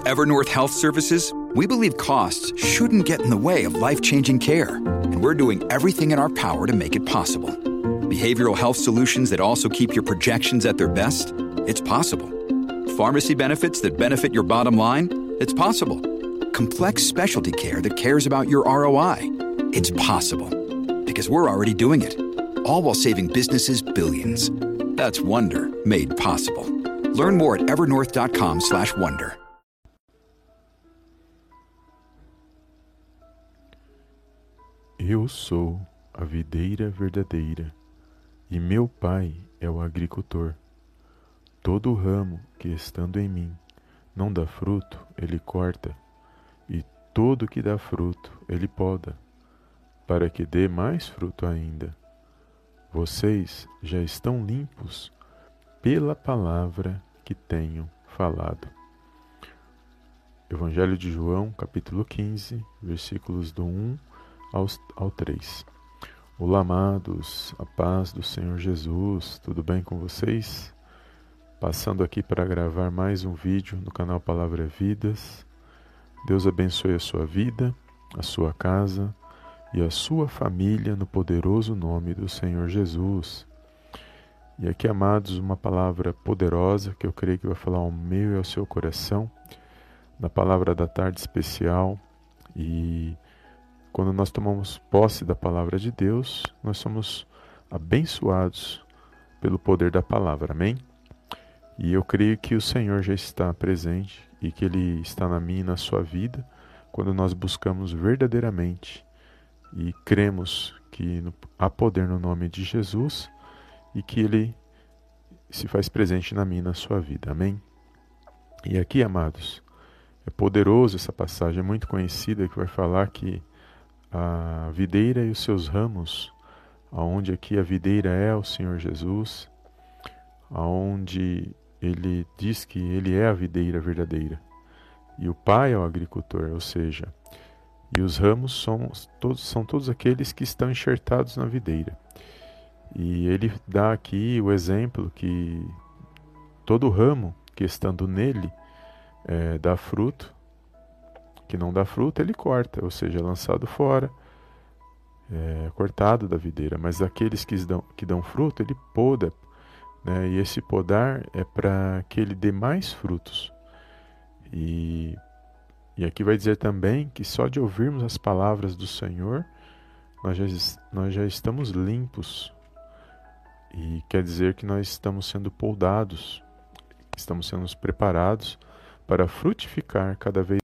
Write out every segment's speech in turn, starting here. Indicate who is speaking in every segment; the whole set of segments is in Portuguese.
Speaker 1: Evernorth Health Services, we believe costs shouldn't get in the way of life-changing care, and we're doing everything in our power to make it possible. Behavioral health solutions that also keep your projections at their best? It's possible. Pharmacy benefits that benefit your bottom line? It's possible. Complex specialty care that cares about your ROI? It's possible. Because we're already doing it. All while saving businesses billions. That's Wonder made possible. Learn more at evernorth.com/wonder.
Speaker 2: Eu sou a videira verdadeira, e meu pai é o agricultor. Todo ramo que estando em mim não dá fruto, ele corta, e todo que dá fruto, ele poda, para que dê mais fruto ainda. Vocês já estão limpos pela palavra que tenho falado. Evangelho de João, capítulo 15, versículos do 1 ao 3. Olá, amados, a paz do Senhor Jesus, tudo bem com vocês? Passando aqui para gravar mais um vídeo no canal Palavra Vidas. Deus abençoe a sua vida, a sua casa e a sua família no poderoso nome do Senhor Jesus. E aqui, amados, uma palavra poderosa que eu creio que vai falar ao meu e ao seu coração, na palavra da tarde especial. E quando nós tomamos posse da palavra de Deus, nós somos abençoados pelo poder da palavra, amém? E eu creio que o Senhor já está presente e que Ele está na minha e na sua vida quando nós buscamos verdadeiramente e cremos que há poder no nome de Jesus e que Ele se faz presente na minha e na sua vida, amém? E aqui, amados, é poderoso essa passagem, é muito conhecida, que vai falar que a videira e os seus ramos, aonde aqui a videira é o Senhor Jesus, aonde ele diz que ele é a videira verdadeira e o Pai é o agricultor, ou seja, e os ramos são todos aqueles que estão enxertados na videira. E ele dá aqui o exemplo que todo ramo que estando nele dá fruto, que não dá fruto, ele corta, ou seja, é lançado fora, cortado da videira. Mas aqueles que dão fruto, ele poda, né? E esse podar é para que ele dê mais frutos. E aqui vai dizer também que só de ouvirmos as palavras do Senhor, nós já estamos limpos. E quer dizer que nós estamos sendo podados, estamos sendo preparados para frutificar cada vez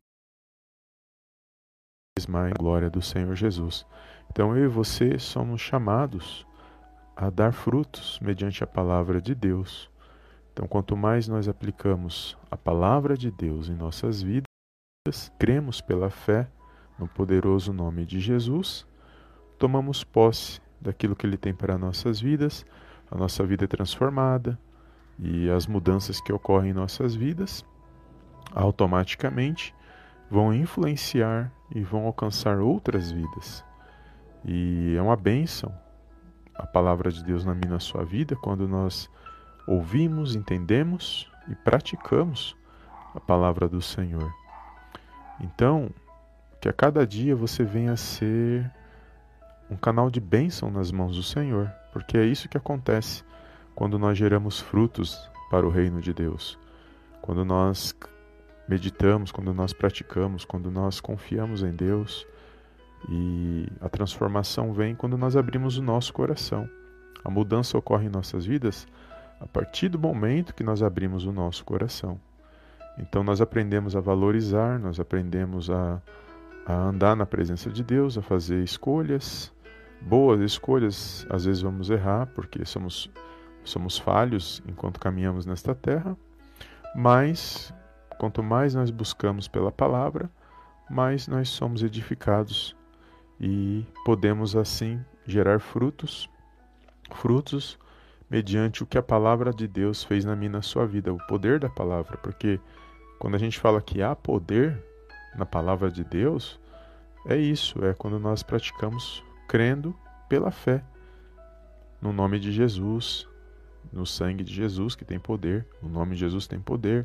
Speaker 2: mais a glória do Senhor Jesus. Então eu e você somos chamados a dar frutos mediante a palavra de Deus. Então quanto mais nós aplicamos a palavra de Deus em nossas vidas, cremos pela fé no poderoso nome de Jesus, tomamos posse daquilo que Ele tem para nossas vidas, a nossa vida é transformada e as mudanças que ocorrem em nossas vidas automaticamente vão influenciar e vão alcançar outras vidas. E é uma bênção a palavra de Deus na minha e na sua vida quando nós ouvimos, entendemos e praticamos a palavra do Senhor. Então, que a cada dia você venha a ser um canal de bênção nas mãos do Senhor, porque é isso que acontece quando nós geramos frutos para o reino de Deus. Quando nós meditamos, quando nós praticamos, quando nós confiamos em Deus, e a transformação vem quando nós abrimos o nosso coração. A mudança ocorre em nossas vidas a partir do momento que nós abrimos o nosso coração. Então nós aprendemos a valorizar, nós aprendemos a andar na presença de Deus, a fazer escolhas, boas escolhas. Às vezes vamos errar porque somos falhos enquanto caminhamos nesta terra, mas quanto mais nós buscamos pela palavra, mais nós somos edificados e podemos assim gerar frutos mediante o que a palavra de Deus fez na minha e na sua vida, o poder da palavra, porque quando a gente fala que há poder na palavra de Deus, é isso, é quando nós praticamos crendo pela fé, no nome de Jesus, no sangue de Jesus que tem poder, o nome de Jesus tem poder,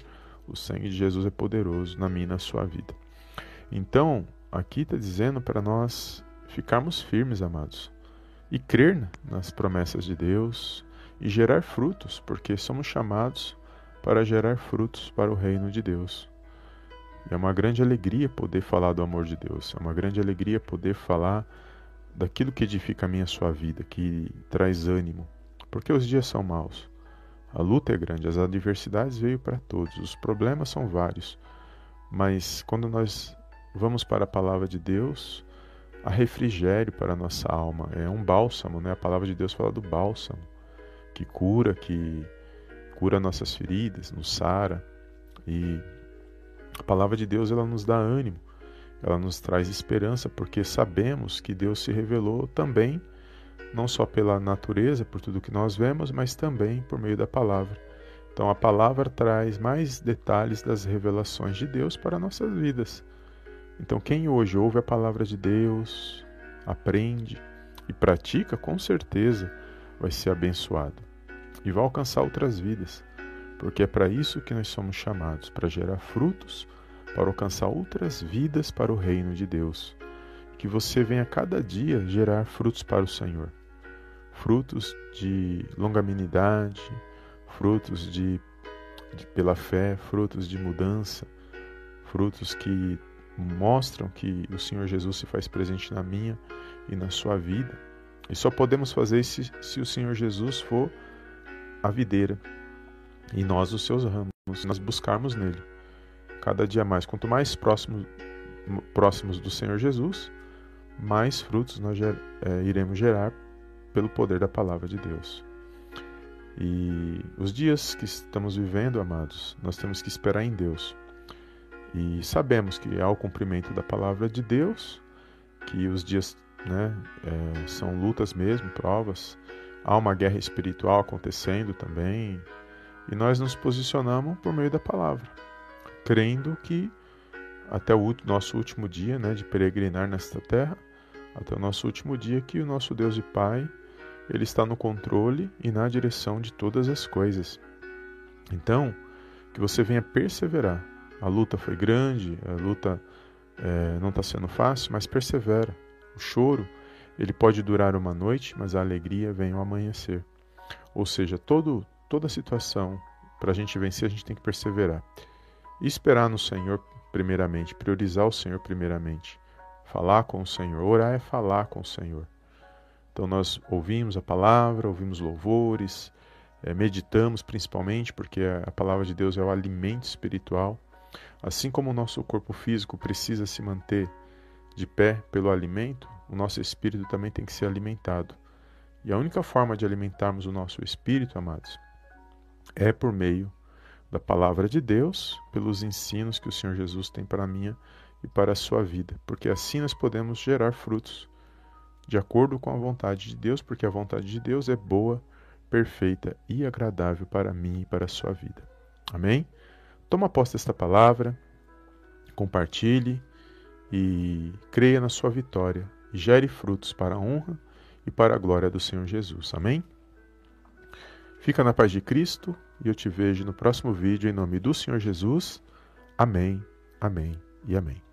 Speaker 2: O sangue de Jesus é poderoso na minha e na sua vida. Então, aqui está dizendo para nós ficarmos firmes, amados, e crer nas promessas de Deus e gerar frutos, porque somos chamados para gerar frutos para o reino de Deus. E é uma grande alegria poder falar do amor de Deus, é uma grande alegria poder falar daquilo que edifica a minha e a sua vida, que traz ânimo, porque os dias são maus, a luta é grande, as adversidades veio para todos, os problemas são vários, mas quando nós vamos para a palavra de Deus, há refrigério para a nossa alma, é um bálsamo, né? A palavra de Deus fala do bálsamo, que cura nossas feridas, nos sara, e a palavra de Deus ela nos dá ânimo, ela nos traz esperança, porque sabemos que Deus se revelou também, não só pela natureza, por tudo que nós vemos, mas também por meio da palavra. Então a palavra traz mais detalhes das revelações de Deus para nossas vidas. Então quem hoje ouve a palavra de Deus, aprende e pratica, com certeza vai ser abençoado e vai alcançar outras vidas, porque é para isso que nós somos chamados, para gerar frutos, para alcançar outras vidas para o reino de Deus. Que você venha cada dia gerar frutos para o Senhor, frutos de longanimidade, frutos pela fé, frutos de mudança, frutos que mostram que o Senhor Jesus se faz presente na minha e na sua vida. E só podemos fazer isso se o Senhor Jesus for a videira e nós os seus ramos, se nós buscarmos nele cada dia mais. Quanto mais próximos do Senhor Jesus, mais frutos nós iremos gerar pelo poder da palavra de Deus. E os dias que estamos vivendo, amados, nós temos que esperar em Deus. E sabemos que há o cumprimento da palavra de Deus, que os dias são lutas mesmo, provas. Há uma guerra espiritual acontecendo também. E nós nos posicionamos por meio da palavra, crendo que até o nosso último dia, de peregrinar nesta terra, até o nosso último dia, que o nosso Deus e Pai, Ele está no controle e na direção de todas as coisas. Então, que você venha perseverar. A luta foi grande, a luta não está sendo fácil, mas persevera. O choro, ele pode durar uma noite, mas a alegria vem ao amanhecer. Ou seja, toda situação, para a gente vencer, a gente tem que perseverar. E esperar no Senhor primeiramente, priorizar o Senhor primeiramente. Falar com o Senhor, orar é falar com o Senhor. Então nós ouvimos a palavra, ouvimos louvores, meditamos principalmente, porque a palavra de Deus é o alimento espiritual. Assim como o nosso corpo físico precisa se manter de pé pelo alimento, o nosso espírito também tem que ser alimentado. E a única forma de alimentarmos o nosso espírito, amados, é por meio da palavra de Deus, pelos ensinos que o Senhor Jesus tem para a minha e para a sua vida. Porque assim nós podemos gerar frutos de acordo com a vontade de Deus, porque a vontade de Deus é boa, perfeita e agradável para mim e para a sua vida. Amém? Toma posse desta palavra, compartilhe e creia na sua vitória e gere frutos para a honra e para a glória do Senhor Jesus. Amém? Fica na paz de Cristo e eu te vejo no próximo vídeo em nome do Senhor Jesus. Amém, amém e amém.